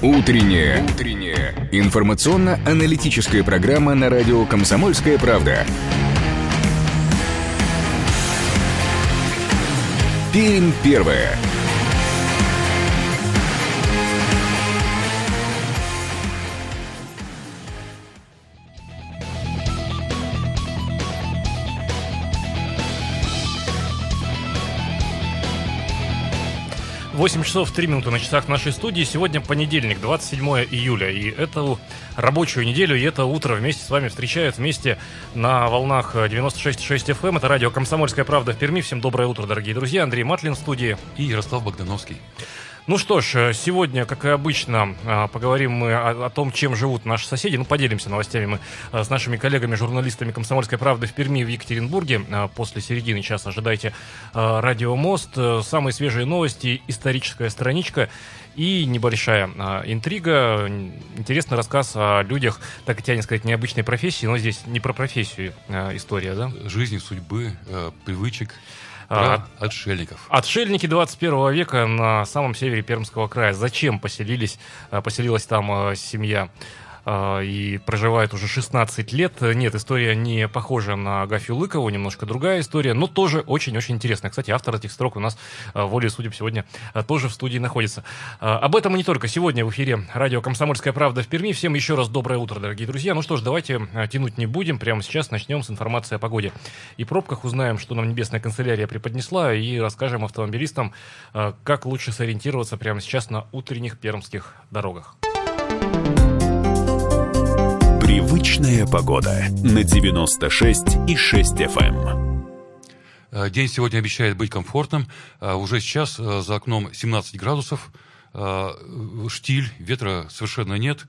Утренняя информационно-аналитическая программа на радио «Комсомольская правда». Пермь первая. Восемь часов 3 минуты на часах нашей студии. Сегодня понедельник, 27 июля. И эту рабочую неделю, и это утро вместе с вами встречают вместе на волнах 96,6 FM. Это радио «Комсомольская правда» в Перми. Всем доброе утро, дорогие друзья. Андрей Матлин в студии. И Ярослав Богдановский. Ну что ж, сегодня, как и обычно, поговорим мы о том, чем живут наши соседи. Ну, поделимся новостями мы с нашими коллегами-журналистами «Комсомольской правды» в Перми и в Екатеринбурге. После середины часа ожидайте «Радио Мост». Самые свежие новости, историческая страничка и небольшая интрига. Интересный рассказ о людях, так и тянет сказать, необычной профессии, но здесь не про профессию история, да? Жизни, судьбы, привычек. Отшельников. Отшельники 21 века на самом севере Пермского края. Зачем поселилась там семья и проживает уже 16 лет? Нет, история не похожа на Агафью Лыкову, немножко другая история, но тоже очень-очень интересная. Кстати, автор этих строк у нас, волей судеб, сегодня тоже в студии находится. Об этом и не только. Сегодня в эфире радио «Комсомольская правда» в Перми. Всем еще раз доброе утро, дорогие друзья. Ну что ж, давайте тянуть не будем. Прямо сейчас начнем с информации о погоде и пробках. Узнаем, что нам небесная канцелярия преподнесла, и расскажем автомобилистам, как лучше сориентироваться прямо сейчас на утренних пермских дорогах. Привычная погода на 96,6 FM. День сегодня обещает быть комфортным. Уже сейчас за окном 17 градусов. Штиль, ветра совершенно нет.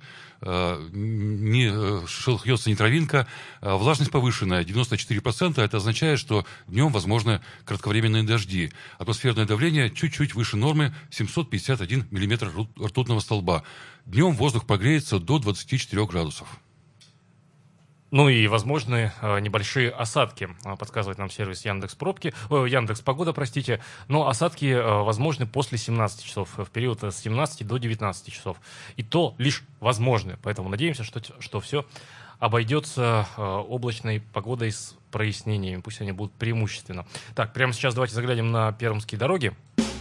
Не шелохнется ни травинка. Влажность повышенная, 94%. Это означает, что днем возможны кратковременные дожди. Атмосферное давление чуть-чуть выше нормы, 751 миллиметр ртутного столба. Днем воздух прогреется до 24 градусов. Ну и возможны небольшие осадки, подсказывает нам сервис Яндекс.Погода, простите. Но осадки возможны после 17 часов, в период с 17 до 19 часов. И то лишь возможны. Поэтому надеемся, что все обойдется облачной погодой с прояснениями. Пусть они будут преимущественно. Так, прямо сейчас давайте заглянем на пермские дороги.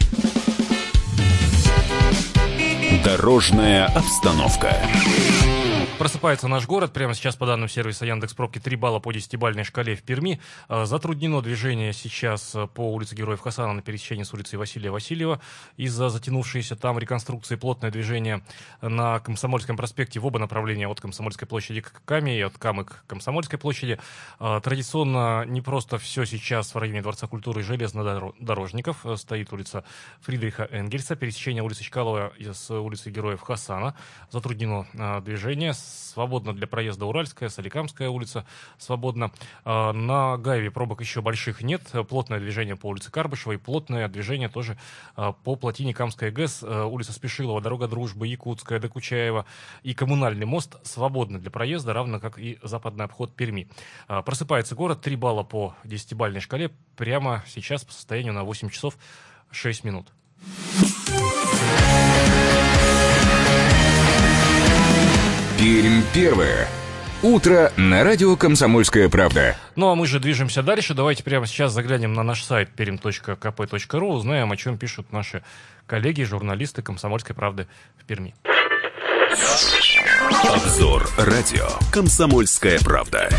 Дорожная обстановка. Просыпается наш город. Прямо сейчас, по данным сервиса Яндекс.Пробки, 3 балла по 10-бальной шкале в Перми. Затруднено движение сейчас по улице Героев Хасана на пересечении с улицей Василия Васильева из-за затянувшейся там реконструкции. Плотное движение на Комсомольском проспекте в оба направления, от Комсомольской площади к Каме и от Камы к Комсомольской площади. Традиционно не просто все сейчас в районе Дворца культуры и железнодорожников. Стоит улица Фридриха Энгельса, пересечение улицы Чкалова с улицей Героев Хасана. Затруднено движение. Свободно для проезда Уральская, Соликамская улица свободно. На Гаеве пробок еще больших нет. Плотное движение по улице Карбышева и плотное движение тоже по плотине Камская ГЭС, улица Спешилова, дорога Дружбы, Якутская, Докучаева и Коммунальный мост свободны для проезда, равно как и западный обход Перми. Просыпается город, 3 балла по 10-бальной шкале прямо сейчас по состоянию на 8 часов 6 минут. Пермь первая. Утро на радио «Комсомольская правда». Ну а мы же движемся дальше. Давайте прямо сейчас заглянем на наш сайт perm.kp.ru, узнаем, о чем пишут наши коллеги, журналисты «Комсомольской правды» в Перми. Обзор радио «Комсомольская правда».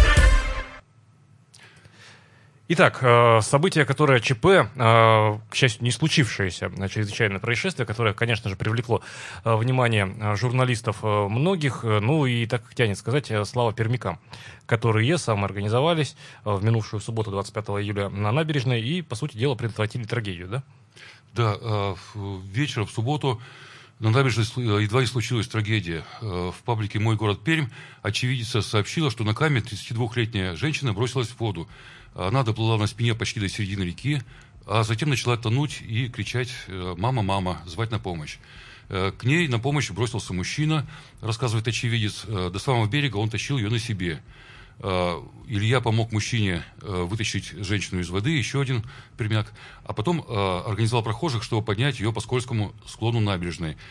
Итак, событие, которое ЧП, к счастью, не случившееся, чрезвычайное происшествие, которое, конечно же, привлекло внимание журналистов многих, ну и, так тянет сказать, слава пермякам, которые самоорганизовались в минувшую субботу, 25 июля, на набережной и, по сути дела, предотвратили трагедию, да? Да, вечером в субботу на набережной едва не случилась трагедия. В паблике «Мой город Пермь» очевидец сообщила, что на Каме 32-летняя женщина бросилась в воду. Она доплыла на спине почти до середины реки, а затем начала тонуть и кричать «Мама, мама!», звать на помощь. К ней на помощь бросился мужчина, рассказывает очевидец. До самого берега он тащил ее на себе. Илья помог мужчине вытащить женщину из воды, еще один пермяк, а потом организовал прохожих, чтобы поднять ее по скользкому склону набережной.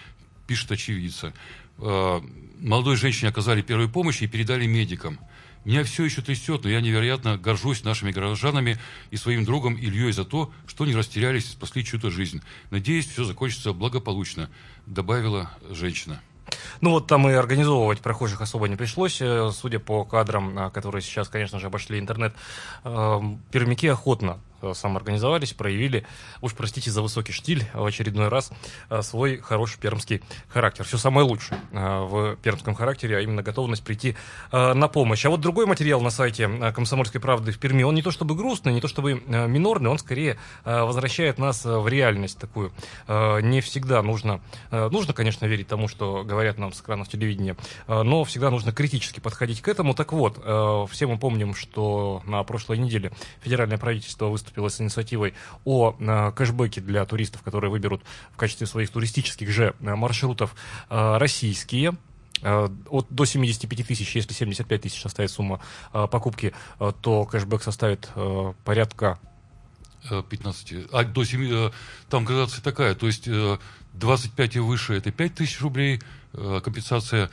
пишет очевидица. Молодой женщине оказали первую помощь и передали медикам. Меня все еще трясет, но я невероятно горжусь нашими горожанами и своим другом Ильей за то, что не растерялись и спасли чью-то жизнь. Надеюсь, все закончится благополучно, добавила женщина. Ну вот там и организовывать прохожих особо не пришлось, судя по кадрам, которые сейчас, конечно же, обошли интернет. Пермяки охотно самоорганизовались, проявили, уж простите за высокий штиль, в очередной раз свой хороший пермский характер. Все самое лучшее в пермском характере, а именно готовность прийти на помощь. А вот другой материал на сайте «Комсомольской правды» в Перми, он не то чтобы грустный, не то чтобы минорный, он скорее возвращает нас в реальность такую. Не всегда нужно, конечно, верить тому, что говорят нам с экранов телевидения, но всегда нужно критически подходить к этому. Так вот, все мы помним, что на прошлой неделе федеральное правительство выступило с инициативой о кэшбэке для туристов, которые выберут в качестве своих туристических же маршрутов российские. До 75 тысяч, если 75 тысяч составит сумма покупки, то кэшбэк составит порядка 15. До 7, там градация такая, то есть 25 и выше это 5 тысяч рублей, компенсация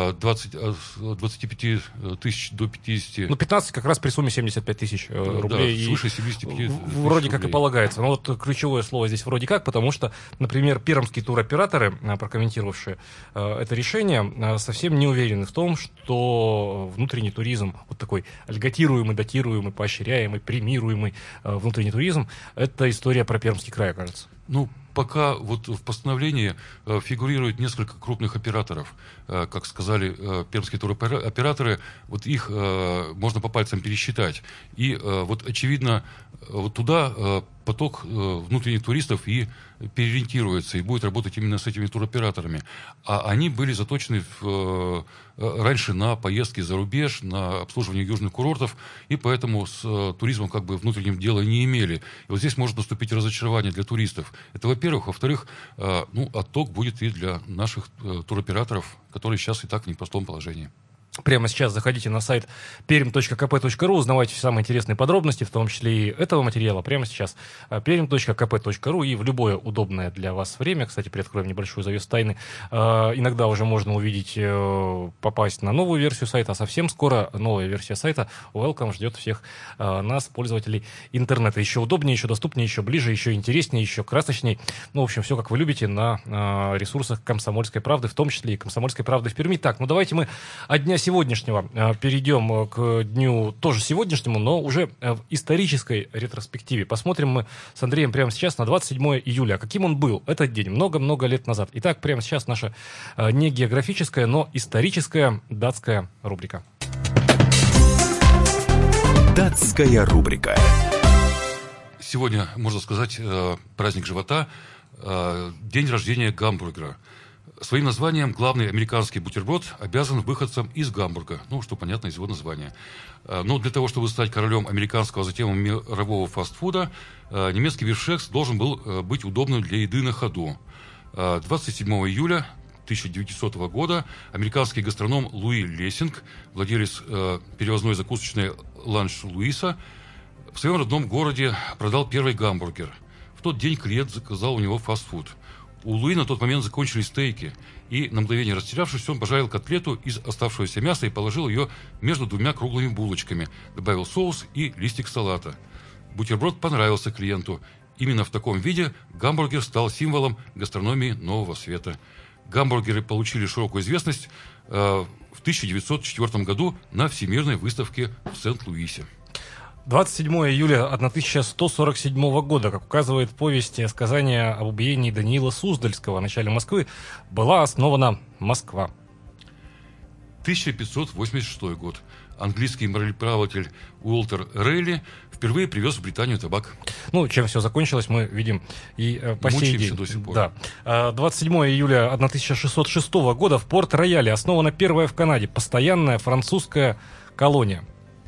25 тысяч до 50. Ну, 15 как раз при сумме 75 тысяч рублей. Да, свыше 75 тысяч вроде как рублей. и полагается. Но вот ключевое слово здесь вроде как, потому что, например, пермские туроператоры, прокомментировавшие это решение, совсем не уверены в том, что внутренний туризм, вот такой льготируемый, датируемый, поощряемый, премируемый внутренний туризм, это история про Пермский край, кажется. Ну, пока вот в постановлении фигурирует несколько крупных операторов. Как сказали пермские туроператоры, вот их можно по пальцам пересчитать. И вот очевидно, вот туда поток внутренних туристов и переориентируется, и будет работать именно с этими туроператорами. А они были заточены раньше на поездки за рубеж, на обслуживание южных курортов, и поэтому с туризмом как бы внутренним дела не имели. И вот здесь может наступить разочарование для туристов. Это во-первых. Во-вторых, отток будет и для наших туроператоров, которые сейчас и так в непростом положении. Прямо сейчас заходите на сайт perm.kp.ru, узнавайте самые интересные подробности, в том числе и этого материала. Прямо сейчас perm.kp.ru, и в любое удобное для вас время. Кстати, приоткроем небольшую завесу тайны. Иногда уже можно увидеть, попасть на новую версию сайта, а совсем скоро новая версия сайта Welcome ждет всех нас, пользователей интернета. Еще удобнее, еще доступнее, еще ближе, еще интереснее, еще красочней. Ну, в общем, все, как вы любите, на ресурсах «Комсомольской правды», в том числе и «Комсомольской правды» в Перми. Так, ну давайте мы от дня сегодняшнего перейдем к дню тоже сегодняшнему, но уже в исторической ретроспективе. Посмотрим мы с Андреем прямо сейчас на 27 июля. Каким он был этот день много-много лет назад. Итак, прямо сейчас наша не географическая, но историческая датская рубрика. Датская рубрика. Сегодня, можно сказать, праздник живота, день рождения гамбургера. Своим названием главный американский бутерброд обязан выходцам из Гамбурга, ну, что понятно из его названия. Но для того, чтобы стать королем американского, а затем мирового фастфуда, немецкий бифштекс должен был быть удобным для еды на ходу. 27 июля 1900 года американский гастроном Луи Лессинг, владелец перевозной закусочной «Ланч Луиса», в своем родном городе продал первый гамбургер. В тот день клиент заказал у него фастфуд. У Луи на тот момент закончились стейки, и на мгновение растерявшись, он пожарил котлету из оставшегося мяса и положил ее между двумя круглыми булочками, добавил соус и листик салата. Бутерброд понравился клиенту. Именно в таком виде гамбургер стал символом гастрономии нового света. Гамбургеры получили широкую известность в 1904 году на Всемирной выставке в Сент-Луисе. 27 июля 1147 года, как указывает повесть сказания об убиении Даниила Суздальского о начале Москвы, была основана Москва. 1586 год. Английский мореплаватель Уолтер Рейли впервые привез в Британию табак. Ну, чем все закончилось, мы видим и по сей день. До сих пор. Да. 27 июля 1606 года в Порт-Рояле основана первая в Канаде постоянная французская колония.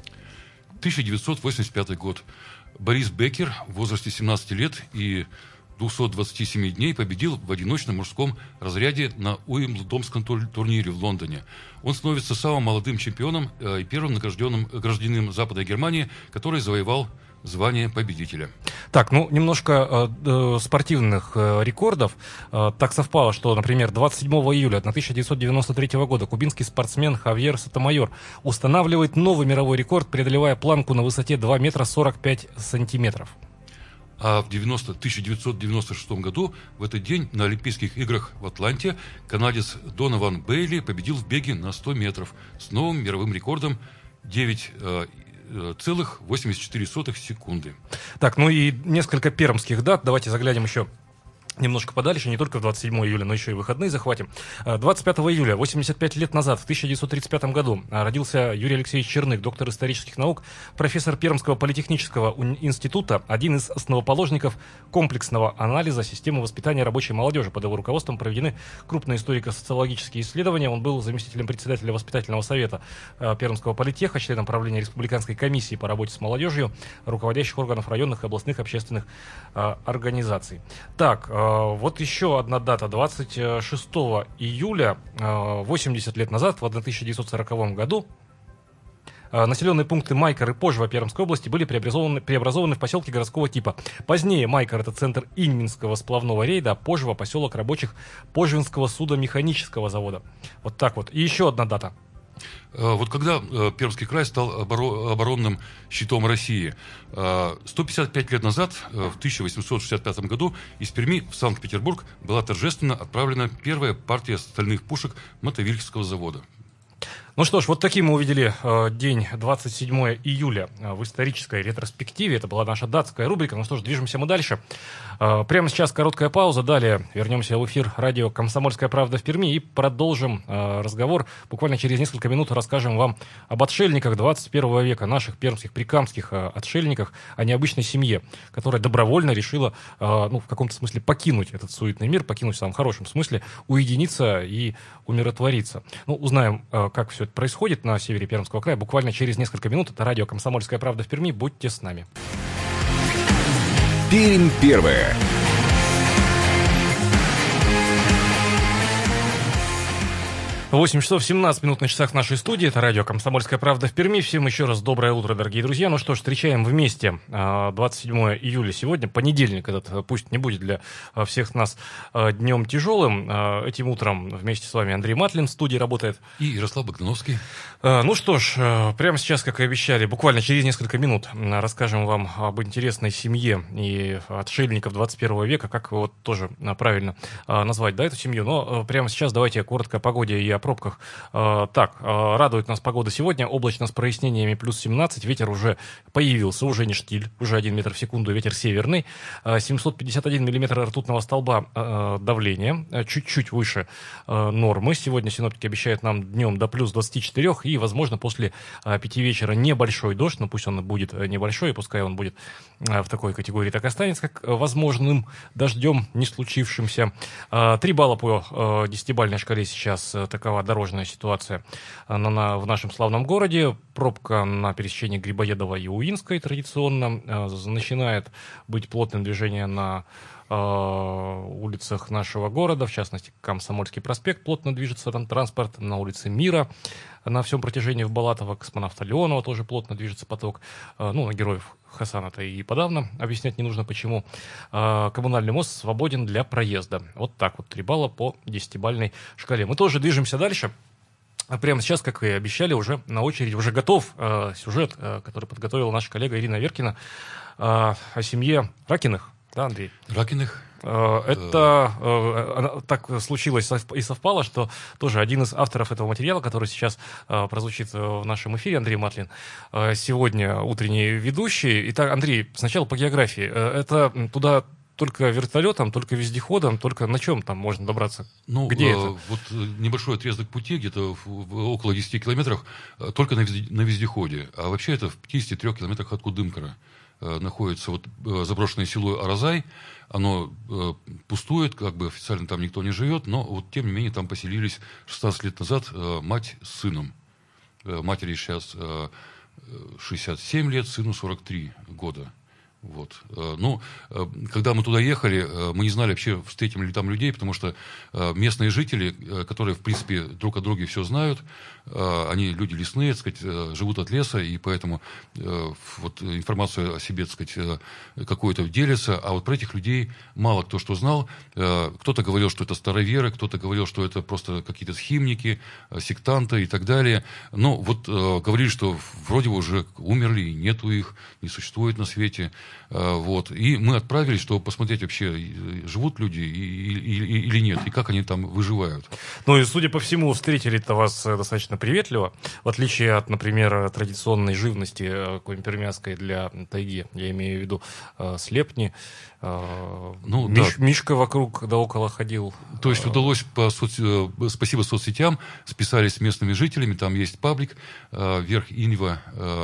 1985 год. Борис Беккер в возрасте 17 лет и 227 дней победил в одиночном мужском разряде на Уимблдонском турнире в Лондоне. Он становится самым молодым чемпионом и первым награжденным гражданином Западной Германии, который завоевал звание победителя. Так, ну, немножко спортивных рекордов. Так совпало, что, например, 27 июля 1993 года кубинский спортсмен Хавьер Сотомайор устанавливает новый мировой рекорд, преодолевая планку на высоте 2 метра 45 сантиметров. А в 1996 году в этот день на Олимпийских играх в Атланте канадец Донован Бейли победил в беге на 100 метров с новым мировым рекордом 9,84 секунды. Так, ну и несколько пермских дат. Давайте заглянем еще немножко подальше, не только в 27 июля, но еще и выходные захватим. 25 июля, 85 лет назад, в 1935 году, родился Юрий Алексеевич Черных, доктор исторических наук, профессор Пермского политехнического института, один из основоположников комплексного анализа системы воспитания рабочей молодежи. Под его руководством проведены крупные историко-социологические исследования. Он был заместителем председателя воспитательного совета Пермского политеха, членом правления Республиканской комиссии по работе с молодежью, руководящих органов районных и областных общественных организаций. Так, вот еще одна дата. 26 июля, 80 лет назад, в 1940 году, населенные пункты Майкар и Пожва Пермской области были преобразованы в поселки городского типа. Позднее Майкар — это центр Ильминского сплавного рейда, а Пожва — поселок рабочих Пожвинского судомеханического завода. Вот так вот. И еще одна дата. Вот когда Пермский край стал оборонным щитом России, 155 лет назад, в 1865 году, из Перми в Санкт-Петербург была торжественно отправлена первая партия стальных пушек Мотовилихского завода. Ну что ж, вот таким мы увидели день 27 июля в исторической ретроспективе. Это была наша датская рубрика. Ну что ж, движемся мы дальше. Прямо сейчас короткая пауза. Далее вернемся в эфир радио «Комсомольская правда» в Перми и продолжим разговор. Буквально через несколько минут расскажем вам об отшельниках 21 века, наших пермских, прикамских отшельниках, о необычной семье, которая добровольно решила, ну, в каком-то смысле покинуть этот суетный мир, покинуть в самом хорошем смысле, уединиться и умиротвориться. Ну, узнаем, как все это происходит на севере Пермского края буквально через несколько минут. Это радио «Комсомольская правда» в Перми. Будьте с нами. Пермь первая. 8 часов 17 минут на часах нашей студии. Это радио «Комсомольская правда» в Перми. Всем еще раз доброе утро, дорогие друзья. Ну что ж, встречаем вместе 27 июля сегодня, понедельник этот, пусть не будет для всех нас днем тяжелым. Этим утром вместе с вами Андрей Матлин в студии работает. И Ярослав Богдановский. Ну что ж, прямо сейчас, как и обещали, буквально через несколько минут расскажем вам об интересной семье и отшельников 21 века, как вот тоже правильно назвать, да, эту семью. Но прямо сейчас давайте коротко о погоде и о пробках. Так, радует нас погода сегодня. Облачно с прояснениями плюс 17. Ветер уже появился, уже не штиль, уже 1 метр в секунду. Ветер северный. 751 миллиметр ртутного столба давления. Чуть-чуть выше нормы. Сегодня синоптики обещают нам днем до плюс 24. И, возможно, после 5 вечера небольшой дождь. Но пусть он будет небольшой, и пускай он будет в такой категории, так и останется, как возможным дождем, не случившимся. 3 балла по 10-бальной шкале сейчас такова дорожная ситуация в нашем славном городе. Пробка на пересечении Грибоедова и Уинской традиционно. Начинает быть плотным движение на улицах нашего города, в частности, Комсомольский проспект плотно движется там транспорт, на улице Мира на всем протяжении в Балатово, космонавта Леонова тоже плотно движется поток, ну, на героев Хасана-то и подавно, объяснять не нужно почему. Коммунальный мост свободен для проезда. Вот так вот, 3 балла по 10-бальной шкале. Мы тоже движемся дальше. Прямо сейчас, как и обещали, уже на очереди, уже готов сюжет, который подготовила наша коллега Ирина Веркина о семье Ракиных. Да, Андрей? Ракиных. Это так случилось и совпало, что тоже один из авторов этого материала, который сейчас прозвучит в нашем эфире, Андрей Матлин, сегодня утренний ведущий. Итак, Андрей, сначала по географии. Это туда только вертолетом, только вездеходом, только на чем там можно добраться? Ну, где это? Вот небольшой отрезок пути, где-то около 10 километров, только на вездеходе. А вообще это в 53 километрах от Кудымкара находится вот заброшенное село Аразай. Оно пустует, как бы официально там никто не живет, но вот тем не менее там поселились 16 лет назад мать с сыном. Матери сейчас 67 лет, сыну 43 года. Вот. Ну, когда мы туда ехали, мы не знали вообще, встретим ли там людей, потому что местные жители, которые, в принципе, друг о друге все знают, они люди лесные, так сказать, живут от леса, и поэтому вот информацию о себе, так сказать, какую-то делятся, а вот про этих людей мало кто что знал. Кто-то говорил, что это староверы, кто-то говорил, что это просто какие-то схимники, сектанты и так далее. Но вот говорили, что вроде бы уже умерли, и нету их, не существует на свете. Вот. И мы отправились, чтобы посмотреть вообще, живут люди или нет, и как они там выживают. Ну и, судя по всему, встретили-то вас достаточно приветливо, в отличие от, например, традиционной живности какой-нибудь пермяцкой для тайги. Я имею в виду слепни. Ну, Мишка вокруг да около ходил. То есть удалось, спасибо соцсетям, списались с местными жителями, там есть паблик «Верх Иньва»,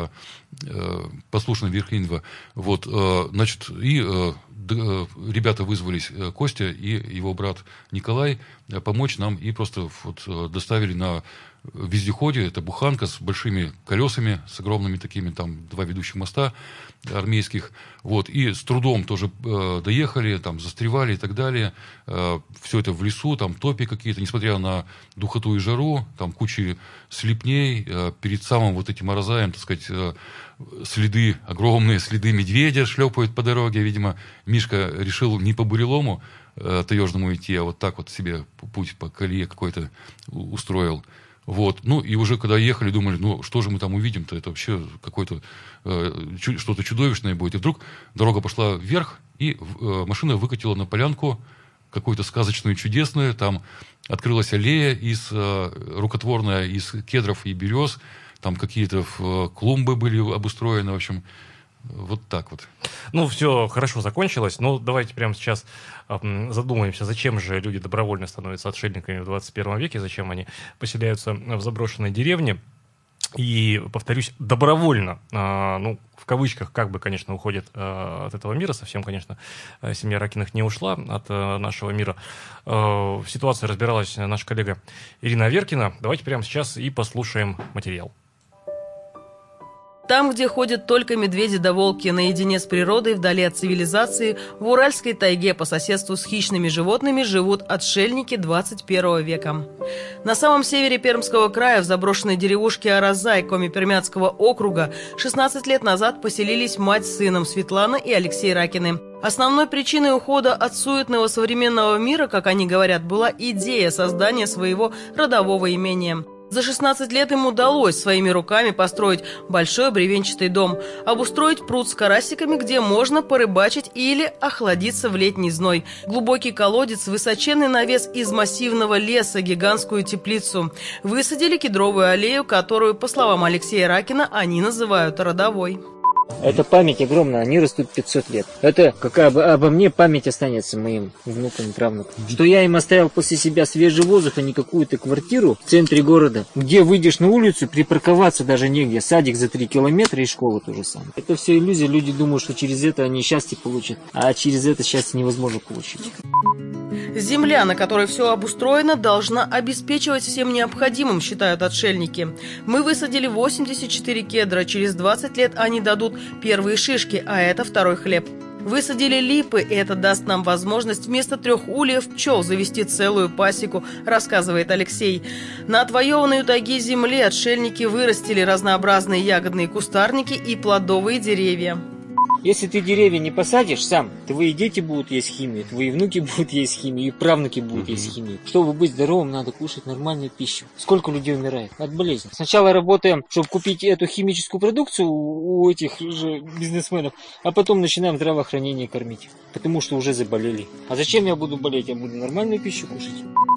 послушный «Верх Иньва». Вот, значит, и ребята вызвались, Костя и его брат Николай, помочь нам, и просто вот доставили на вездеходе, это буханка с большими колесами, с огромными такими, там, 2 ведущих моста армейских, вот, и с трудом тоже доехали, там, застревали и так далее, все это в лесу, там, топи какие-то, несмотря на духоту и жару, там, куча слепней, перед самым вот этим Аразаем, так сказать, следы, огромные следы медведя шлепают по дороге, видимо, Мишка решил не по бурелому таежному идти, а вот так вот себе путь по колее какой-то устроил. Вот. Ну, и уже когда ехали, думали, ну, что же мы там увидим-то, это вообще какое-то что-то чудовищное будет. И вдруг дорога пошла вверх, и машина выкатила на полянку какую-то сказочную, чудесную. Там открылась аллея рукотворная из кедров и берез. Там какие-то клумбы были обустроены, в общем. Вот так вот. Ну, все хорошо закончилось, но давайте прямо сейчас задумаемся, зачем же люди добровольно становятся отшельниками в 21 веке, зачем они поселяются в заброшенной деревне. И, повторюсь, добровольно, ну, в кавычках, как бы, конечно, уходит от этого мира, совсем, конечно, семья Ракиных не ушла от нашего мира. В ситуации разбиралась наша коллега Ирина Аверкина. Давайте прямо сейчас и послушаем материал. Там, где ходят только медведи да волки, наедине с природой, вдали от цивилизации, в Уральской тайге по соседству с хищными животными живут отшельники 21 века. На самом севере Пермского края, в заброшенной деревушке Аразай Коми-Пермяцкого округа, 16 лет назад поселились мать с сыном Светлана и Алексей Ракины. Основной причиной ухода от суетного современного мира, как они говорят, была идея создания своего родового имения. За 16 лет им удалось своими руками построить большой бревенчатый дом, обустроить пруд с карасиками, где можно порыбачить или охладиться в летний зной, глубокий колодец, высоченный навес из массивного леса, гигантскую теплицу. Высадили кедровую аллею, которую, по словам Алексея Ракина, они называют родовой. Это память огромная, они растут 500 лет. Это какая бы обо мне память останется моим внукам и правнукам. Что я им оставил после себя свежий воздух, а не какую-то квартиру в центре города, где выйдешь на улицу, припарковаться даже негде. Садик за 3 километра и школа то же самое. Это все иллюзия, люди думают, что через это они счастье получат, а через это счастье невозможно получить. Земля, на которой все обустроено, должна обеспечивать всем необходимым, считают отшельники. Мы высадили 84 кедра, через 20 лет они дадут первые шишки, а это второй хлеб. Высадили липы, и это даст нам возможность вместо 3 ульев пчел завести целую пасеку, рассказывает Алексей. На отвоеванной у тайги земле отшельники вырастили разнообразные ягодные кустарники и плодовые деревья. Если ты деревья не посадишь сам, твои дети будут есть химию, твои внуки будут есть химию, и правнуки будут есть химию. Чтобы быть здоровым, надо кушать нормальную пищу. Сколько людей умирает от болезней? Сначала работаем, чтобы купить эту химическую продукцию у этих же бизнесменов, а потом начинаем здравоохранение кормить, потому что уже заболели. А зачем я буду болеть? Я буду нормальную пищу кушать.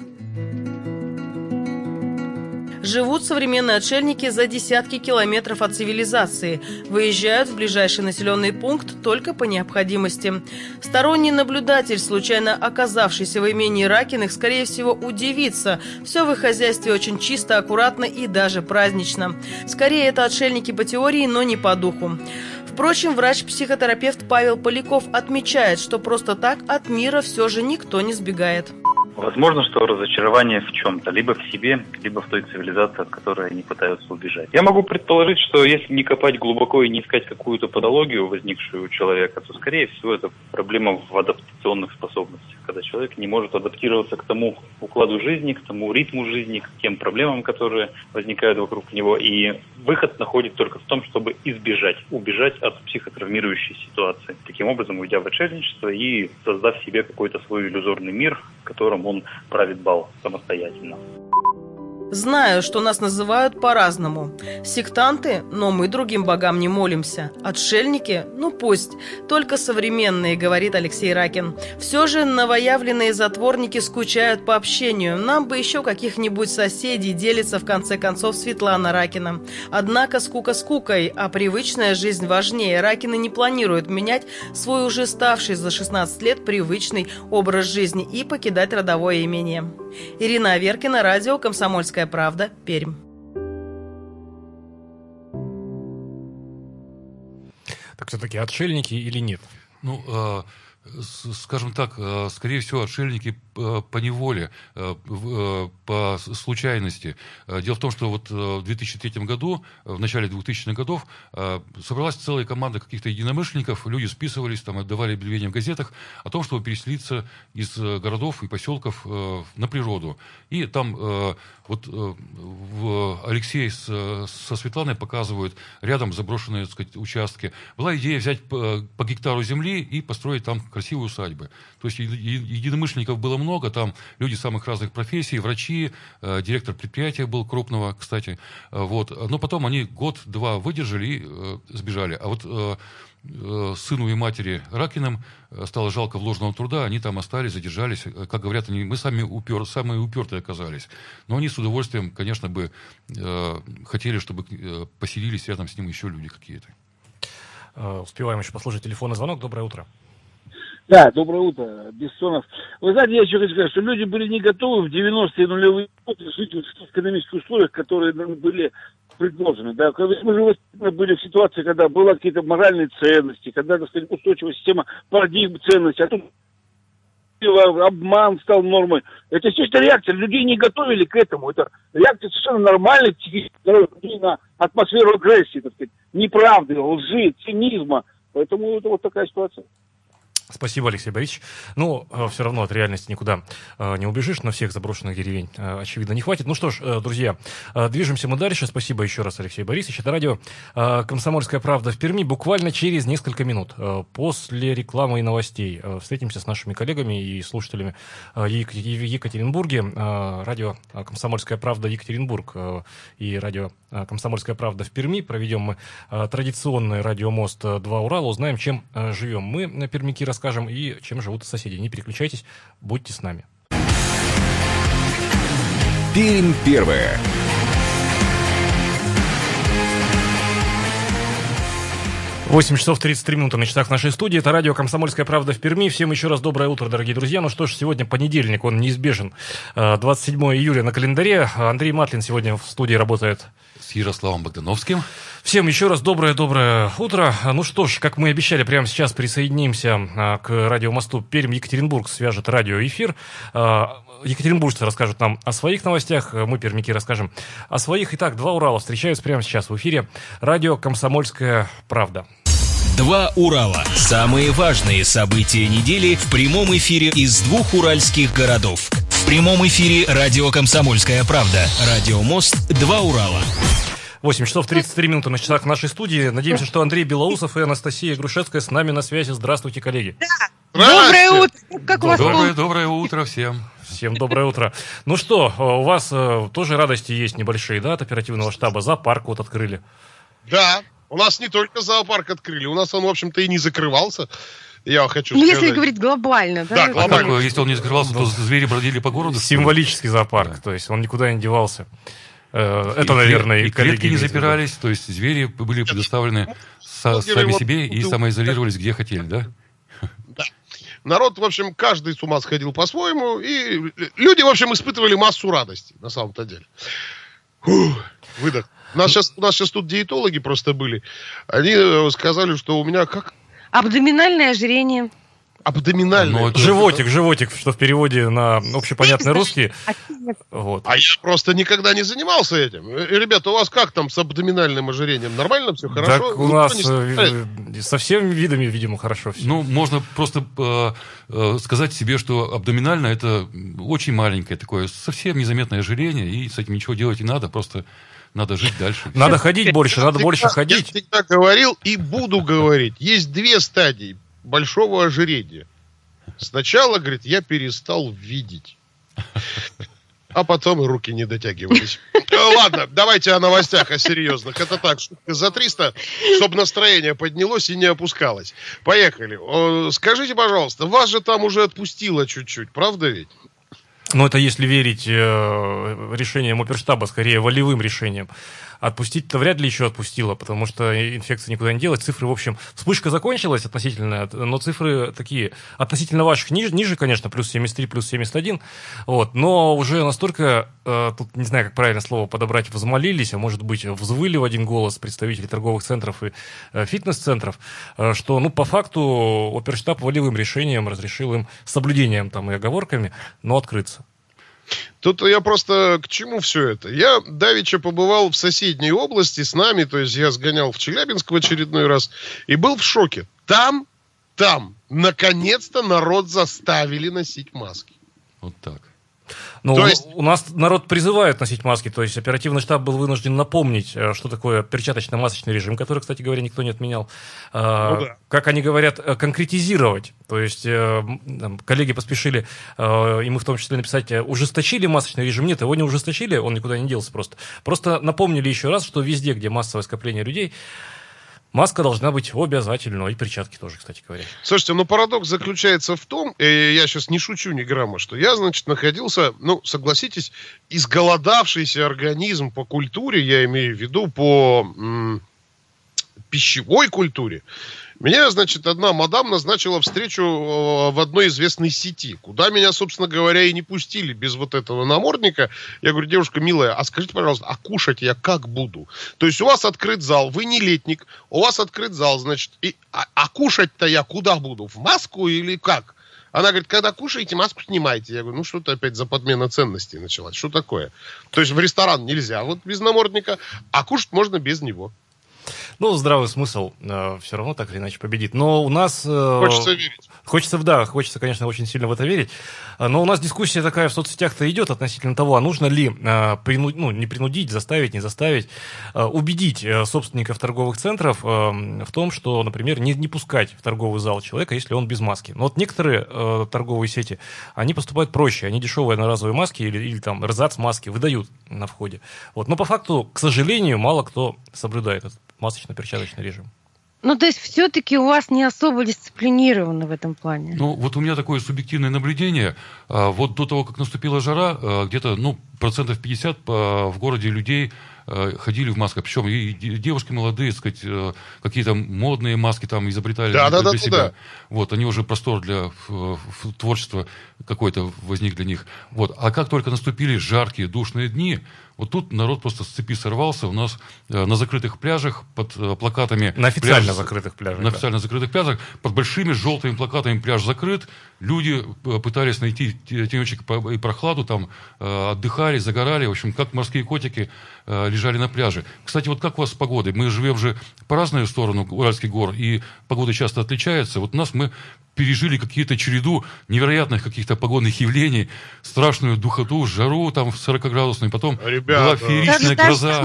Живут современные отшельники за десятки километров от цивилизации. Выезжают в ближайший населенный пункт только по необходимости. Сторонний наблюдатель, случайно оказавшийся в имении Ракиных, скорее всего, удивится. Все в их хозяйстве очень чисто, аккуратно и даже празднично. Скорее, это отшельники по теории, но не по духу. Впрочем, врач-психотерапевт Павел Поляков отмечает, что просто так от мира все же никто не сбегает. Возможно, что разочарование в чем-то, либо в себе, либо в той цивилизации, от которой они пытаются убежать. Я могу предположить, что если не копать глубоко и не искать какую-то патологию, возникшую у человека, то, скорее всего, это проблема в адаптационных способностях, когда человек не может адаптироваться к тому укладу жизни, к тому ритму жизни, к тем проблемам, которые возникают вокруг него, и выход находится только в том, чтобы убежать от психотравмирующей ситуации, таким образом уйдя в отшельничество и создав себе какой-то свой иллюзорный мир, в котором он правит бал самостоятельно. Знаю, что нас называют по-разному. Сектанты, но мы другим богам не молимся. Отшельники, ну пусть. Только современные, говорит Алексей Ракин. Все же новоявленные затворники скучают по общению. Нам бы еще каких-нибудь соседей, делится в конце концов Светлана Ракина. Однако скука скукой, а привычная жизнь важнее. Ракины не планируют менять свой уже ставший за 16 лет привычный образ жизни и покидать родовое имение. Ирина Аверкина, радио «Комсомольская правда», Пермь. Так все-таки отшельники или нет? Ну, скажем так, скорее всего, отшельники по неволе, по случайности. Дело в том, что вот в 2003 году, в начале 2000-х годов, собралась целая команда каких-то единомышленников, люди списывались, там, отдавали объявления в газетах о том, чтобы переселиться из городов и поселков на природу. И там вот Алексей со Светланой показывают рядом заброшенные, так сказать, участки. Была идея взять по гектару земли и построить там красивые усадьбы. То есть единомышленников было много, там люди самых разных профессий, врачи, директор предприятия был крупного, кстати. Вот. Но потом они год-два выдержали и сбежали. А вот сыну и матери Ракиным стало жалко вложенного труда, они там остались, задержались. Как говорят они, мы самые упертые оказались. Но они с удовольствием, конечно, бы хотели, чтобы поселились рядом с ним еще люди какие-то. Успеваем еще послушать телефонный звонок. Доброе утро. Да, доброе утро, Бессонов. Вы знаете, я еще хочу сказать, что люди были не готовы в 90-е нулевые годы жить в экономических условиях, которые были предложены. Да? Мы же были в ситуации, когда были какие-то моральные ценности, когда, так сказать, устойчивая система парадигм ценностей, а тут обман стал нормой. Это, естественно, реакция. Людей не готовили к этому. Это реакция совершенно нормальная на атмосферу агрессии, так сказать, неправды, лжи, цинизма. Поэтому это вот такая ситуация. Спасибо, Алексей Борисович. Ну, все равно от реальности никуда не убежишь, на всех заброшенных деревень, очевидно, не хватит. Ну что ж, друзья, движемся мы дальше. Спасибо еще раз, Алексей Борисович. Это радио «Комсомольская правда» в Перми. Буквально через несколько минут после рекламы и новостей встретимся с нашими коллегами и слушателями в Екатеринбурге. Радио «Комсомольская правда» Екатеринбург и радио «Комсомольская правда» в Перми. Проведем мы традиционный радиомост «Два Урала». Узнаем, чем живем мы, пермяки, расскажем и чем живут соседи. Не переключайтесь, будьте с нами. Пермь первая. Восемь часов 33 минуты на часах нашей студии. Это радио «Комсомольская правда» в Перми. Всем еще раз доброе утро, дорогие друзья. Ну что ж, сегодня понедельник, он неизбежен. 27 июля на календаре. Андрей Матлин сегодня в студии работает С Ярославом Богдановским. Всем еще раз доброе утро. Ну что ж, как мы и обещали, прямо сейчас присоединимся к радиомосту Пермь-Екатеринбург, свяжет радиоэфир. Екатеринбуржцы расскажут нам о своих новостях, мы, пермяки, расскажем о своих. Итак, два Урала встречаются прямо сейчас в эфире радио «Комсомольская правда». Два Урала. Самые важные события недели в прямом эфире из двух уральских городов. В прямом эфире радио «Комсомольская правда». Радиомост «Два Урала». 8 часов 33 минуты на часах нашей студии. Надеемся, что Андрей Белоусов и Анастасия Грушецкая с нами на связи. Здравствуйте, коллеги. Доброе утро. Как у вас? Доброе утро всем. Всем доброе утро. Ну что, у вас тоже радости есть небольшие, да, от оперативного штаба? Зоопарк вот открыли. Да, у нас не только зоопарк открыли, у нас он, в общем-то, и не закрывался. Я хочу сказать. Если говорить глобально, да? Да, глобально. Если он не закрывался, то звери бродили по городу. Символический зоопарк, да. То есть он никуда не девался. Это, наверное, и клетки не запирались, то есть звери были предоставлены сами себе и самоизолировались где хотели, да? Да. Народ, в общем, каждый с ума сходил по-своему, и люди, в общем, испытывали массу радости, на самом-то деле. Выдох. У нас сейчас тут диетологи просто были. Они сказали, что у меня как... Абдоминальное ожирение. абдоминальная. Животик, что в переводе на общепонятный русский. Вот. А я просто никогда не занимался этим. Ребята, у вас как там с абдоминальным ожирением? Нормально все, хорошо? Так у нас со всеми видами, видимо, хорошо все. Ну, можно просто сказать себе, что абдоминально это очень маленькое такое, совсем незаметное ожирение, и с этим ничего делать не надо, просто надо жить дальше. Надо ходить больше, надо больше ходить. Я всегда говорил и буду говорить. Есть две стадии большого ожирения. Сначала, говорит, я перестал видеть. А потом и руки не дотягивались. Ладно, давайте о новостях, о серьезных. Это так, шутка за 300, чтобы настроение поднялось и не опускалось. Поехали. Скажите, пожалуйста, вас же там уже отпустило чуть-чуть, правда ведь? Ну, это если верить решениям оперштаба, скорее волевым решениям. Отпустить-то вряд ли еще отпустило, потому что инфекция никуда не делась. Цифры, в общем, вспышка закончилась относительно, но цифры такие относительно ваших ниже, конечно, плюс 73, плюс 71. Вот, но уже настолько, тут не знаю, как правильно слово подобрать, взмолились, а может быть, взвыли в один голос представители торговых центров и фитнес-центров, что, ну, по факту оперштаб волевым решением разрешил им с соблюдением там и оговорками, но открыться. Тут я просто к чему все это? Я давеча побывал в соседней области с нами, то есть я сгонял в Челябинск в очередной раз и был в шоке. Там, наконец-то народ заставили носить маски. Вот так. Ну, у нас народ призывает носить маски, то есть оперативный штаб был вынужден напомнить, что такое перчаточно-масочный режим, который, кстати говоря, никто не отменял. Как они говорят, конкретизировать. То есть коллеги поспешили, и мы в том числе написать, ужесточили масочный режим. Нет, его не ужесточили, он никуда не делся просто. Просто напомнили еще раз, что везде, где массовое скопление людей, маска должна быть обязательной, и перчатки тоже, кстати говоря. Слушайте, ну парадокс заключается в том, я сейчас не шучу ни грамма, что я, значит, находился, ну, согласитесь, изголодавшийся организм по культуре, я имею в виду по пищевой культуре. Меня, значит, одна мадам назначила встречу в одной известной сети, куда меня, собственно говоря, и не пустили без вот этого намордника. Я говорю, девушка милая, а скажите, пожалуйста, а кушать я как буду? То есть у вас открыт зал, вы не летник, у вас открыт зал, значит, а кушать-то я куда буду? В маску или как? Она говорит, когда кушаете, маску снимайте. Я говорю, ну что-то опять за подмена ценностей началась. Что такое? То есть в ресторан нельзя вот без намордника, а кушать можно без него. Ну, здравый смысл все равно так или иначе победит. Но у нас... Хочется верить. Хочется, конечно, очень сильно в это верить. Но у нас дискуссия такая в соцсетях-то идет относительно того, а нужно ли не принудить, заставить, не заставить, убедить собственников торговых центров в том, что, например, не пускать в торговый зал человека, если он без маски. Но вот некоторые торговые сети, они поступают проще. Они дешевые одноразовые маски или там эрзац-маски выдают на входе. Вот. Но по факту, к сожалению, мало кто соблюдает этот масочно-перчаточный режим. Ну, то есть, все-таки у вас не особо дисциплинированы в этом плане? Ну, вот у меня такое субъективное наблюдение. Вот до того, как наступила жара, где-то, 50% в городе людей ходили в масках. Причем и девушки молодые, так сказать, какие-то модные маски там изобретали для себя. Да. Вот, они уже простор для творчества какой-то возник для них. Вот. А как только наступили жаркие, душные дни, вот тут народ просто с цепи сорвался. У нас на закрытых пляжах под плакатами... На официально закрытых пляжах. На официально закрытых пляжах под большими желтыми плакатами пляж закрыт. Люди пытались найти тенечек и прохладу, там отдыхали, загорали. В общем, как морские котики лежали на пляже. Кстати, вот как у вас с погодой? Мы живем же по разную сторону Уральских гор, и погода часто отличается. Вот у нас мы пережили какие-то череду невероятных каких-то погодных явлений, страшную духоту, жару там 40-градусную, потом была фееричная гроза.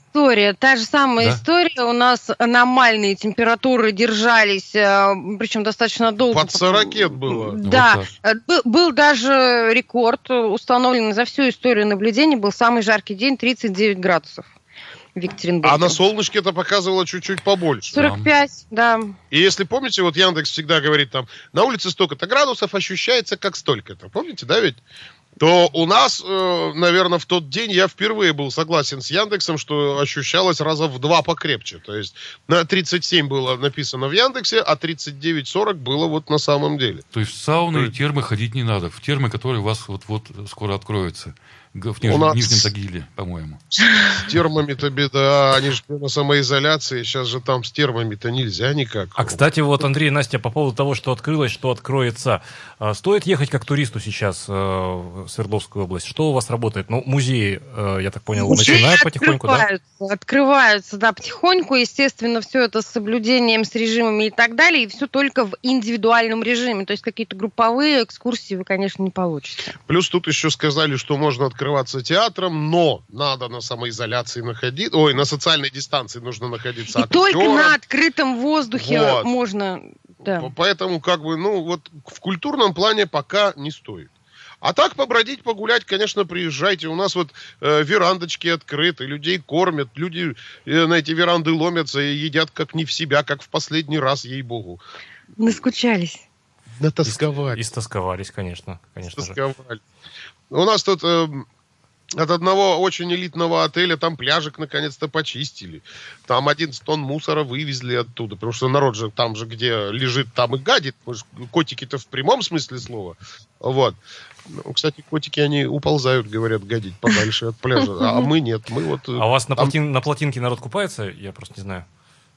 Та же самая история. У нас аномальные температуры держались, причем достаточно долго. Под 40 было. Да. Вот был даже рекорд, установленный за всю историю наблюдений, был самый жаркий день, 39 градусов в Екатеринбурге. А на солнышке это показывало чуть-чуть побольше. 45, да. И если помните, вот Яндекс всегда говорит там, на улице столько-то градусов, ощущается как столько-то. Помните, да ведь? То у нас, наверное, в тот день я впервые был согласен с Яндексом, что ощущалось раза в 2 покрепче. То есть на 37 было написано в Яндексе, а 39-40 было вот на самом деле. То есть в сауны и термы ходить не надо. В термы, которые у вас вот-вот скоро откроются. в Нижнем Тагиле, по-моему. С термами-то беда, они же на самоизоляции, сейчас же там с термами-то нельзя никак. А, кстати, вот, Андрей и Настя, по поводу того, что открылось, что откроется, стоит ехать как туристу сейчас в Свердловскую область? Что у вас работает? Ну, музеи, я так понял, начинают потихоньку, да? Открываются, да, потихоньку, естественно, все это с соблюдением, с режимами и так далее, и все только в индивидуальном режиме, то есть какие-то групповые экскурсии вы, конечно, не получите. Плюс тут еще сказали, что можно открываться театром, но надо на самоизоляции находиться, на социальной дистанции нужно находиться актером. И только на открытом воздухе можно, да. Поэтому, в культурном плане пока не стоит. А так побродить, погулять, конечно, приезжайте. У нас верандочки открыты, людей кормят, люди на эти веранды ломятся и едят как не в себя, как в последний раз, ей-богу. Наскучались. Натосковались. Истосковались, конечно. Истосковались. У нас тут от одного очень элитного отеля там пляжик наконец-то почистили. Там 11 тонн мусора вывезли оттуда, потому что народ же там же, где лежит, там и гадит. Котики-то в прямом смысле слова. Вот. Кстати, котики, они уползают, говорят, гадить подальше от пляжа. А мы нет. А у вас на плотинке народ купается? Я просто не знаю.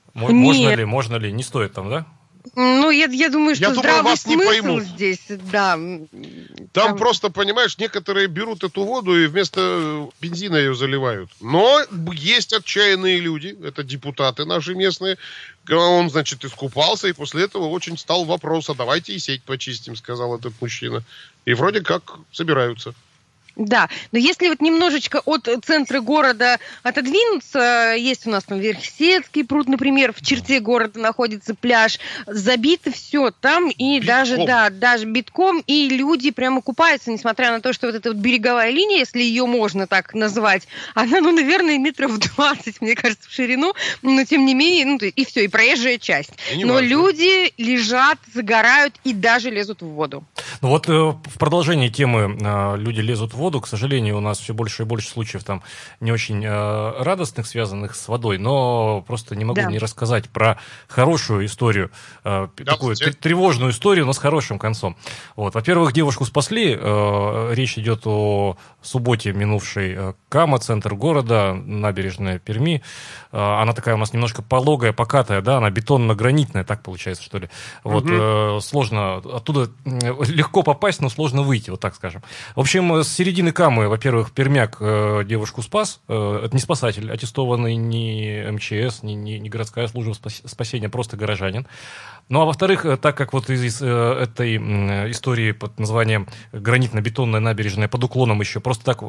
Можно ли? Не стоит там, да? Ну, я думаю, что здравый вас смысл не поймут. здесь, да. Там просто, понимаешь, некоторые берут эту воду и вместо бензина ее заливают. Но есть отчаянные люди, это депутаты наши местные. Он, значит, искупался, и после этого очень стал вопрос, а давайте и сеть почистим, сказал этот мужчина. И вроде как собираются. Да, но если немножечко от центра города отодвинуться, есть у нас там Верхесецкий пруд, например, в черте города находится пляж, забито все там, и битком. даже битком, и люди прямо купаются, несмотря на то, что эта береговая линия, если ее можно так назвать, она, наверное, метров 20, мне кажется, в ширину, но тем не менее, и все, и проезжая часть. Но люди лежат, загорают и даже лезут в воду. Ну вот в продолжении темы люди лезут в воду, к сожалению, у нас все больше и больше случаев там не очень радостных, связанных с водой, но просто не могу не рассказать про хорошую историю, такую тревожную историю, но с хорошим концом. Вот. Во-первых, девушку спасли, речь идет о субботе минувшей, Кама, центр города, набережная Перми. Она такая у нас немножко пологая, покатая, да, она бетонно-гранитная, так получается, что ли. Вот, сложно, оттуда легко попасть, но сложно выйти, вот так скажем. В общем, с середины Камы, во-первых, пермяк девушку спас. Это не спасатель, аттестованный ни МЧС, ни городская служба спасения, просто горожанин. Ну, а во-вторых, так как вот из этой истории под названием гранитно-бетонная набережная под уклоном еще просто так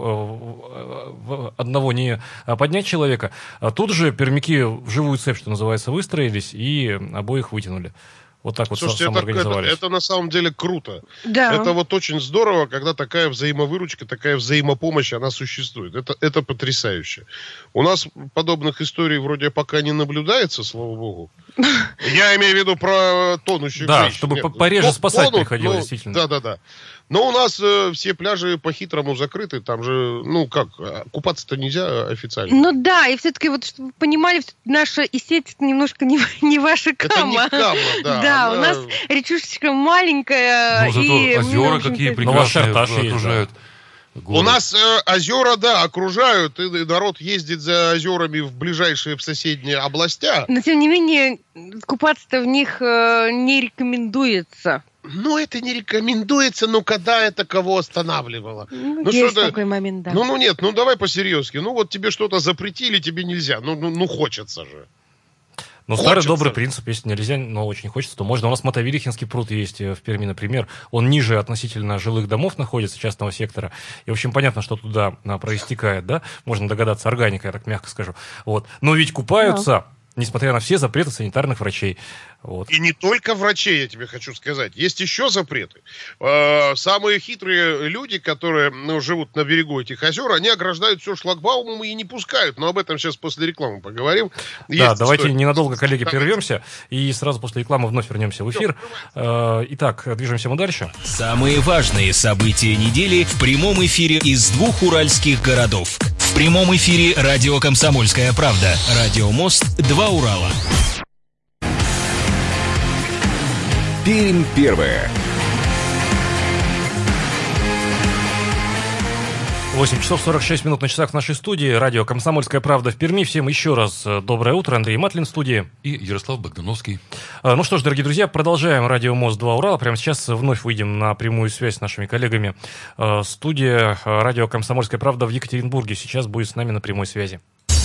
одного не поднять человека, тут же пермяки в живую цепь, что называется, выстроились и обоих вытянули. Вот так вот самоорганизовались. Это на самом деле круто. Да. Это вот очень здорово, когда такая взаимовыручка, такая взаимопомощь, она существует. Это потрясающе. У нас подобных историй вроде пока не наблюдается, слава богу. Я имею в виду про тонущих женщин. Да, чтобы пореже спасать приходилось, действительно. Да. Но у нас все пляжи по-хитрому закрыты. Там же, купаться-то нельзя официально. Ну да, и все-таки вот, чтобы вы понимали, наша и сеть немножко не ваша Кама. Это не Кама, да. Да, у нас речушечка маленькая. Ну, зато озера какие прекрасные окружают. У нас озера, да, окружают, и народ ездит за озерами в ближайшие, в соседние областя. Но, тем не менее, купаться-то в них не рекомендуется. Это не рекомендуется, но когда это кого останавливало? Есть такой момент, да. Нет, давай по-серьезки. Вот тебе что-то запретили, тебе нельзя. Хочется же. Но старый добрый принцип, если нельзя, но очень хочется, то можно. У нас Мотовилихинский пруд есть в Перми, например. Он ниже относительно жилых домов находится, частного сектора. И, в общем, понятно, что туда проистекает, да? Можно догадаться, органика, я так мягко скажу. Вот. Но ведь купаются, несмотря на все запреты санитарных врачей. Вот. И не только врачей, я тебе хочу сказать. Есть еще запреты. Самые хитрые люди, которые живут на берегу этих озер, они ограждают все шлагбаумом и не пускают. Но об этом сейчас после рекламы поговорим. Давайте ненадолго, коллеги, прервемся. И сразу после рекламы вновь вернемся в эфир. Итак, движемся мы дальше. Самые важные события недели в прямом эфире из двух уральских городов. В прямом эфире радио «Комсомольская правда». Радио «Мост», 2 Урала. Пермь первая. 8 часов 46 минут на часах в нашей студии. Радио «Комсомольская правда» в Перми. Всем еще раз доброе утро. Андрей Матлин в студии. И Ярослав Богдановский. Ну что ж, дорогие друзья, продолжаем «Радио Мост-2 Урал». Прямо сейчас вновь выйдем на прямую связь с нашими коллегами. Студия «Радио «Комсомольская правда» в Екатеринбурге сейчас будет с нами на прямой связи.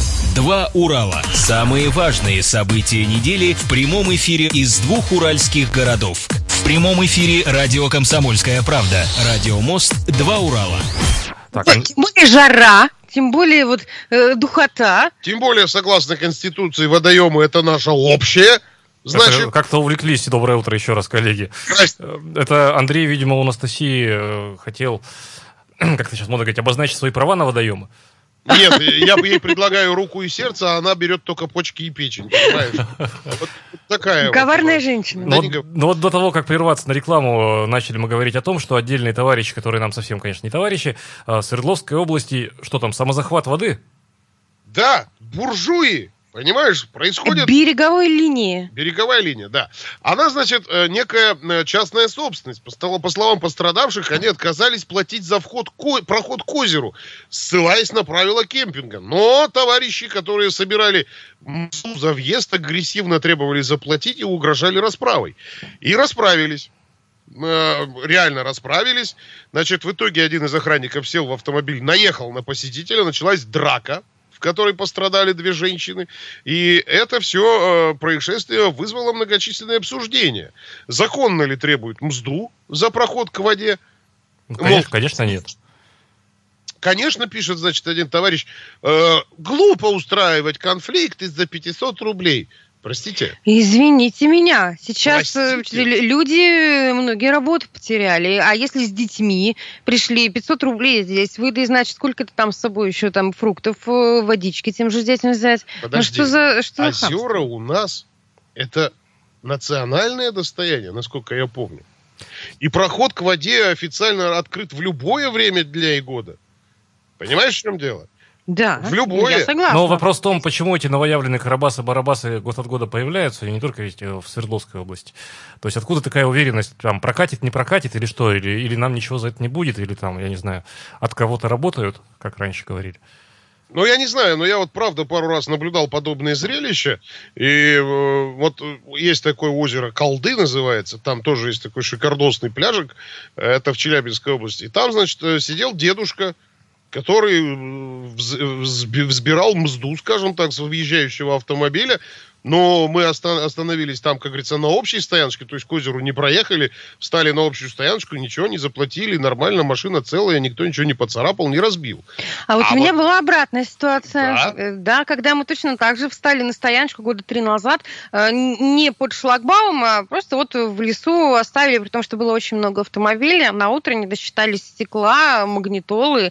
2 Урала. Самые важные события недели в прямом эфире из 2 уральских городов. В прямом эфире радио «Комсомольская правда». Радио Мост-2 Урала. Так, тем более жара, тем более вот духота. Тем более, согласно Конституции, водоемы — это наше общее. Значит... Как-то увлеклись. Доброе утро еще раз, коллеги. Это Андрей, видимо, у Анастасии хотел, как-то сейчас модно говорить, обозначить свои права на водоемы. Нет, я ей предлагаю руку и сердце, а она берет только почки и печень, понимаешь? Вот такая коварная женщина. Но вот до того, как прерваться на рекламу, начали мы говорить о том, что отдельные товарищи, которые нам совсем, конечно, не товарищи, в Свердловской области, что там, самозахват воды? Да, буржуи. Понимаешь, происходит... Береговой линии. Береговая линия, да. Она, значит, некая частная собственность. По словам пострадавших, они отказались платить за проход к озеру, ссылаясь на правила кемпинга. Но товарищи, которые собирали за въезд, агрессивно требовали заплатить и угрожали расправой. И расправились. Реально расправились. Значит, в итоге один из охранников сел в автомобиль, наехал на посетителя, началась драка, в которой пострадали 2 женщины. И это все происшествие вызвало многочисленные обсуждения. Законно ли требует мзду за проход к воде? Конечно, нет. Конечно, пишет, значит, один товарищ, глупо устраивать конфликт из-за 500 рублей. Простите? Извините меня. Сейчас люди многие работу потеряли. А если с детьми пришли 500 рублей здесь выдай, значит, сколько ты там с собой еще там фруктов, водички тем же детям взять? Подожди, ну, что за озера у нас это национальное достояние, насколько я помню. И проход к воде официально открыт в любое время дня и года. Понимаешь, в чем дело? Да, в любое. Я согласна. Но вопрос в том, почему эти новоявленные Карабасы-Барабасы год от года появляются, и не только ведь в Свердловской области. То есть откуда такая уверенность, там, прокатит, не прокатит, или что? Или нам ничего за это не будет, или там, я не знаю, от кого-то работают, как раньше говорили. Ну, я не знаю, но я вот, правда, пару раз наблюдал подобные зрелища. И вот есть такое озеро Колды называется. Там тоже есть такой шикардосный пляжик. Это в Челябинской области. И там, значит, сидел дедушка, который взбирал мзду, скажем так, с въезжающего автомобиля. Но мы остановились там, как говорится, на общей стояночке, то есть к озеру не проехали, встали на общую стояночку, ничего не заплатили, нормально, машина целая, никто ничего не поцарапал, не разбил. А вот у меня была обратная ситуация, да, когда мы точно так же встали на стояночку года 3 назад, не под шлагбаумом, а просто вот в лесу оставили, при том, что было очень много автомобилей, на утро не досчитали стекла, магнитолы,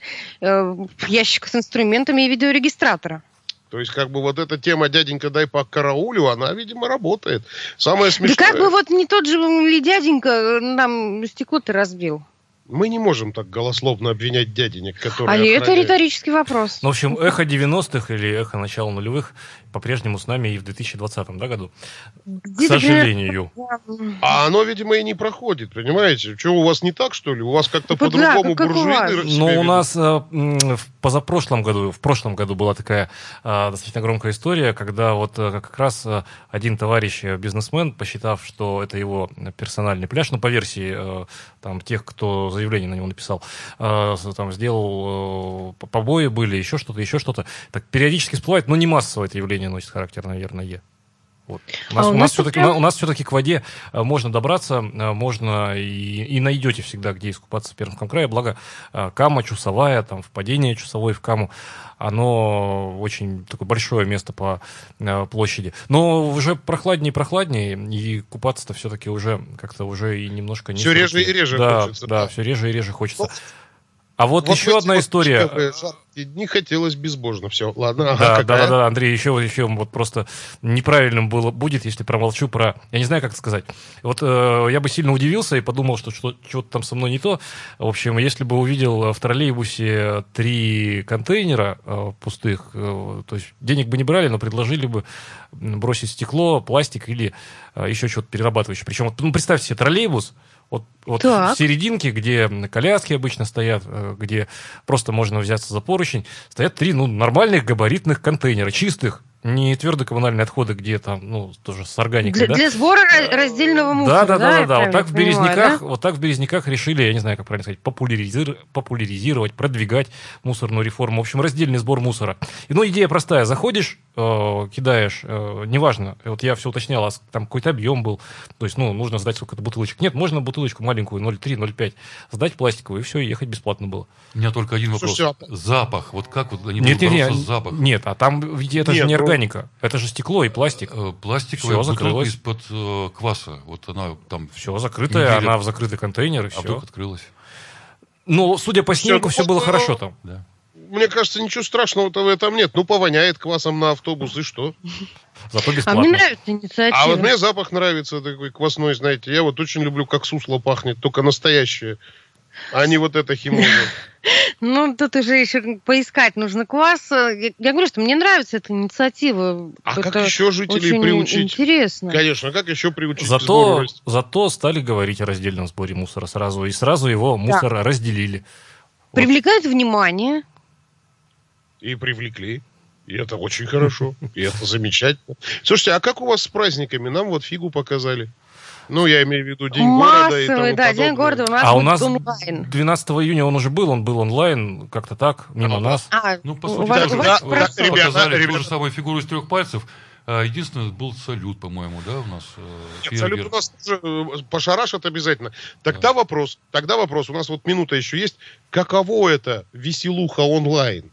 ящика с инструментами и видеорегистратора. То есть, как бы вот эта тема «дяденька, дай по караулю», она, видимо, работает. Самое смешное... Да как бы вот не тот же ли дяденька нам стекло-то разбил? Мы не можем так голословно обвинять дяденек, которые охраняют. Это риторический вопрос. Ну, в общем, эхо 90-х или эхо начала нулевых по-прежнему с нами и в 2020 году. К сожалению. А оно, видимо, и не проходит, понимаете? Что, у вас не так, что ли? У вас как-то по-другому буржуины... Ну, у нас в прошлом году была такая достаточно громкая история, когда вот как раз один товарищ, бизнесмен, посчитав, что это его персональный пляж, ну, по версии там тех, кто заявление на него написал, там сделал побои были, еще что-то. Так периодически всплывает, но не массово это явление носит характер, наверное. Вот. У нас все-таки к воде можно добраться, можно и найдете всегда, где искупаться в Пермском крае. Благо, Кама, Чусовая, там впадение Чусовой в Каму, оно очень такое большое место по площади. Но уже прохладнее, и купаться-то все-таки уже как-то уже и немножко не... Все реже и реже хочется. Да, все реже и реже хочется. А вот еще одна история. Не хотелось безбожно. Все, ладно. Да, Андрей, еще вот просто неправильным будет, если промолчу про... Я не знаю, как это сказать. Вот я бы сильно удивился и подумал, что что-то там со мной не то. В общем, если бы увидел в троллейбусе 3 контейнера пустых, то есть денег бы не брали, но предложили бы бросить стекло, пластик или еще что-то перерабатывающее. Причем, представьте себе троллейбус, вот в серединке, где коляски обычно стоят, где просто можно взяться за поручень, стоят 3 нормальных габаритных контейнера, чистых, не твердокоммунальные отходы, где там, тоже с органикой. Для сбора раздельного мусора. Да. Вот так в Березниках решили, я не знаю, как правильно сказать, популяризировать, продвигать мусорную реформу. В общем, раздельный сбор мусора. И, идея простая. Заходишь, кидаешь, неважно, вот я все уточнял, там какой-то объем был, то есть, нужно сдать сколько-то бутылочек. Нет, можно бутылочку маленькую, 0,3, 0,5, сдать пластиковую, и все, и ехать бесплатно было. У меня только один вопрос. Запах. Вот как вот они будут бороться с запахом? Нет, а там, ведь это же не органика. Это же стекло и пластик. Пластиковая бутылка из-под кваса. Вот она там... Все, закрытая, она в закрытый контейнер, и все. А вдруг открылась? Судя по снимку, все было хорошо там. Да. Мне кажется, ничего страшного-то в этом нет. Повоняет квасом на автобус, и что? Зато бесплатно. А мне нравится инициатива. А вот мне запах нравится такой квасной, знаете. Я вот очень люблю, как сусло пахнет, только настоящее. А не вот это химоза. Тут уже еще поискать нужно квас. Я говорю, что мне нравится эта инициатива. А как еще жителей приучить? Интересно. Конечно, как еще приучить? Зато стали говорить о раздельном сборе мусора сразу. И сразу его мусор разделили. Привлекает внимание. И привлекли. И это очень хорошо. И это замечательно. Слушайте, а как у вас с праздниками? Нам вот фигу показали. Я имею в виду День города и тому подобное. День города у нас будет онлайн. 12 июня он уже был онлайн, как-то так, мимо нас. По сути, показали ту же самую фигуру из 3 пальцев. Единственное, был салют, по-моему, да, у нас? Салют у нас тоже пошарашат обязательно. Тогда вопрос, у нас вот минута еще есть. Каково это веселуха онлайн?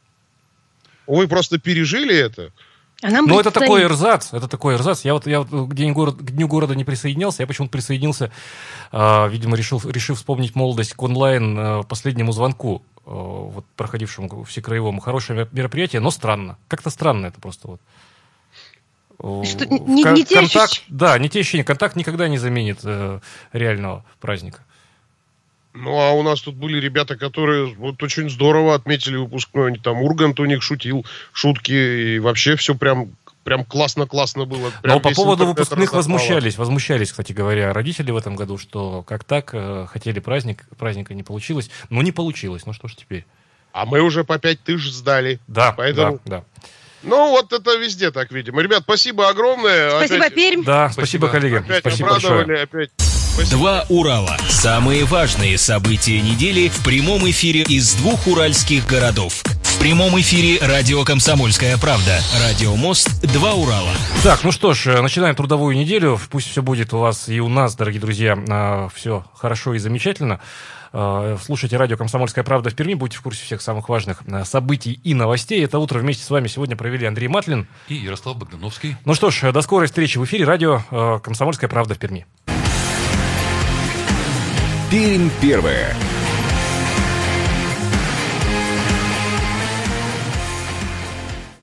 Вы просто пережили это? Это такой эрзац. Я вот к Дню города не присоединялся. Я почему-то присоединился, видимо, решив вспомнить молодость к онлайн последнему звонку, проходившему всекраевому. Хорошее мероприятие, но странно. Как-то странно это просто Что, не те ощущения? Да, не те ощущения. Контакт никогда не заменит реального праздника. А у нас тут были ребята, которые очень здорово отметили выпускной. Они там, Ургант у них шутил, шутки, и вообще все прям классно было. Но по поводу выпускных возмущались, кстати говоря, родители в этом году, что как так, хотели праздника не получилось. Не получилось, что ж теперь. А мы уже по 5000 сдали. Да, поэтому... да. Это везде так, видимо. Ребят, спасибо огромное. Спасибо, Пермь. Да, спасибо, коллеги. Опять спасибо обрадовали, опять. Спасибо. 2 Урала. Самые важные события недели в прямом эфире из 2 уральских городов. В прямом эфире радио «Комсомольская правда». Радио «Мост», 2 Урала. Так, что ж, начинаем трудовую неделю. Пусть все будет у вас и у нас, дорогие друзья, все хорошо и замечательно. Слушайте радио «Комсомольская правда» в Перми. Будьте в курсе всех самых важных событий и новостей. Это утро вместе с вами сегодня провели Андрей Матлин и Ярослав Богдановский. Что ж, до скорой встречи в эфире радио «Комсомольская правда» в Перми. Пермь первая.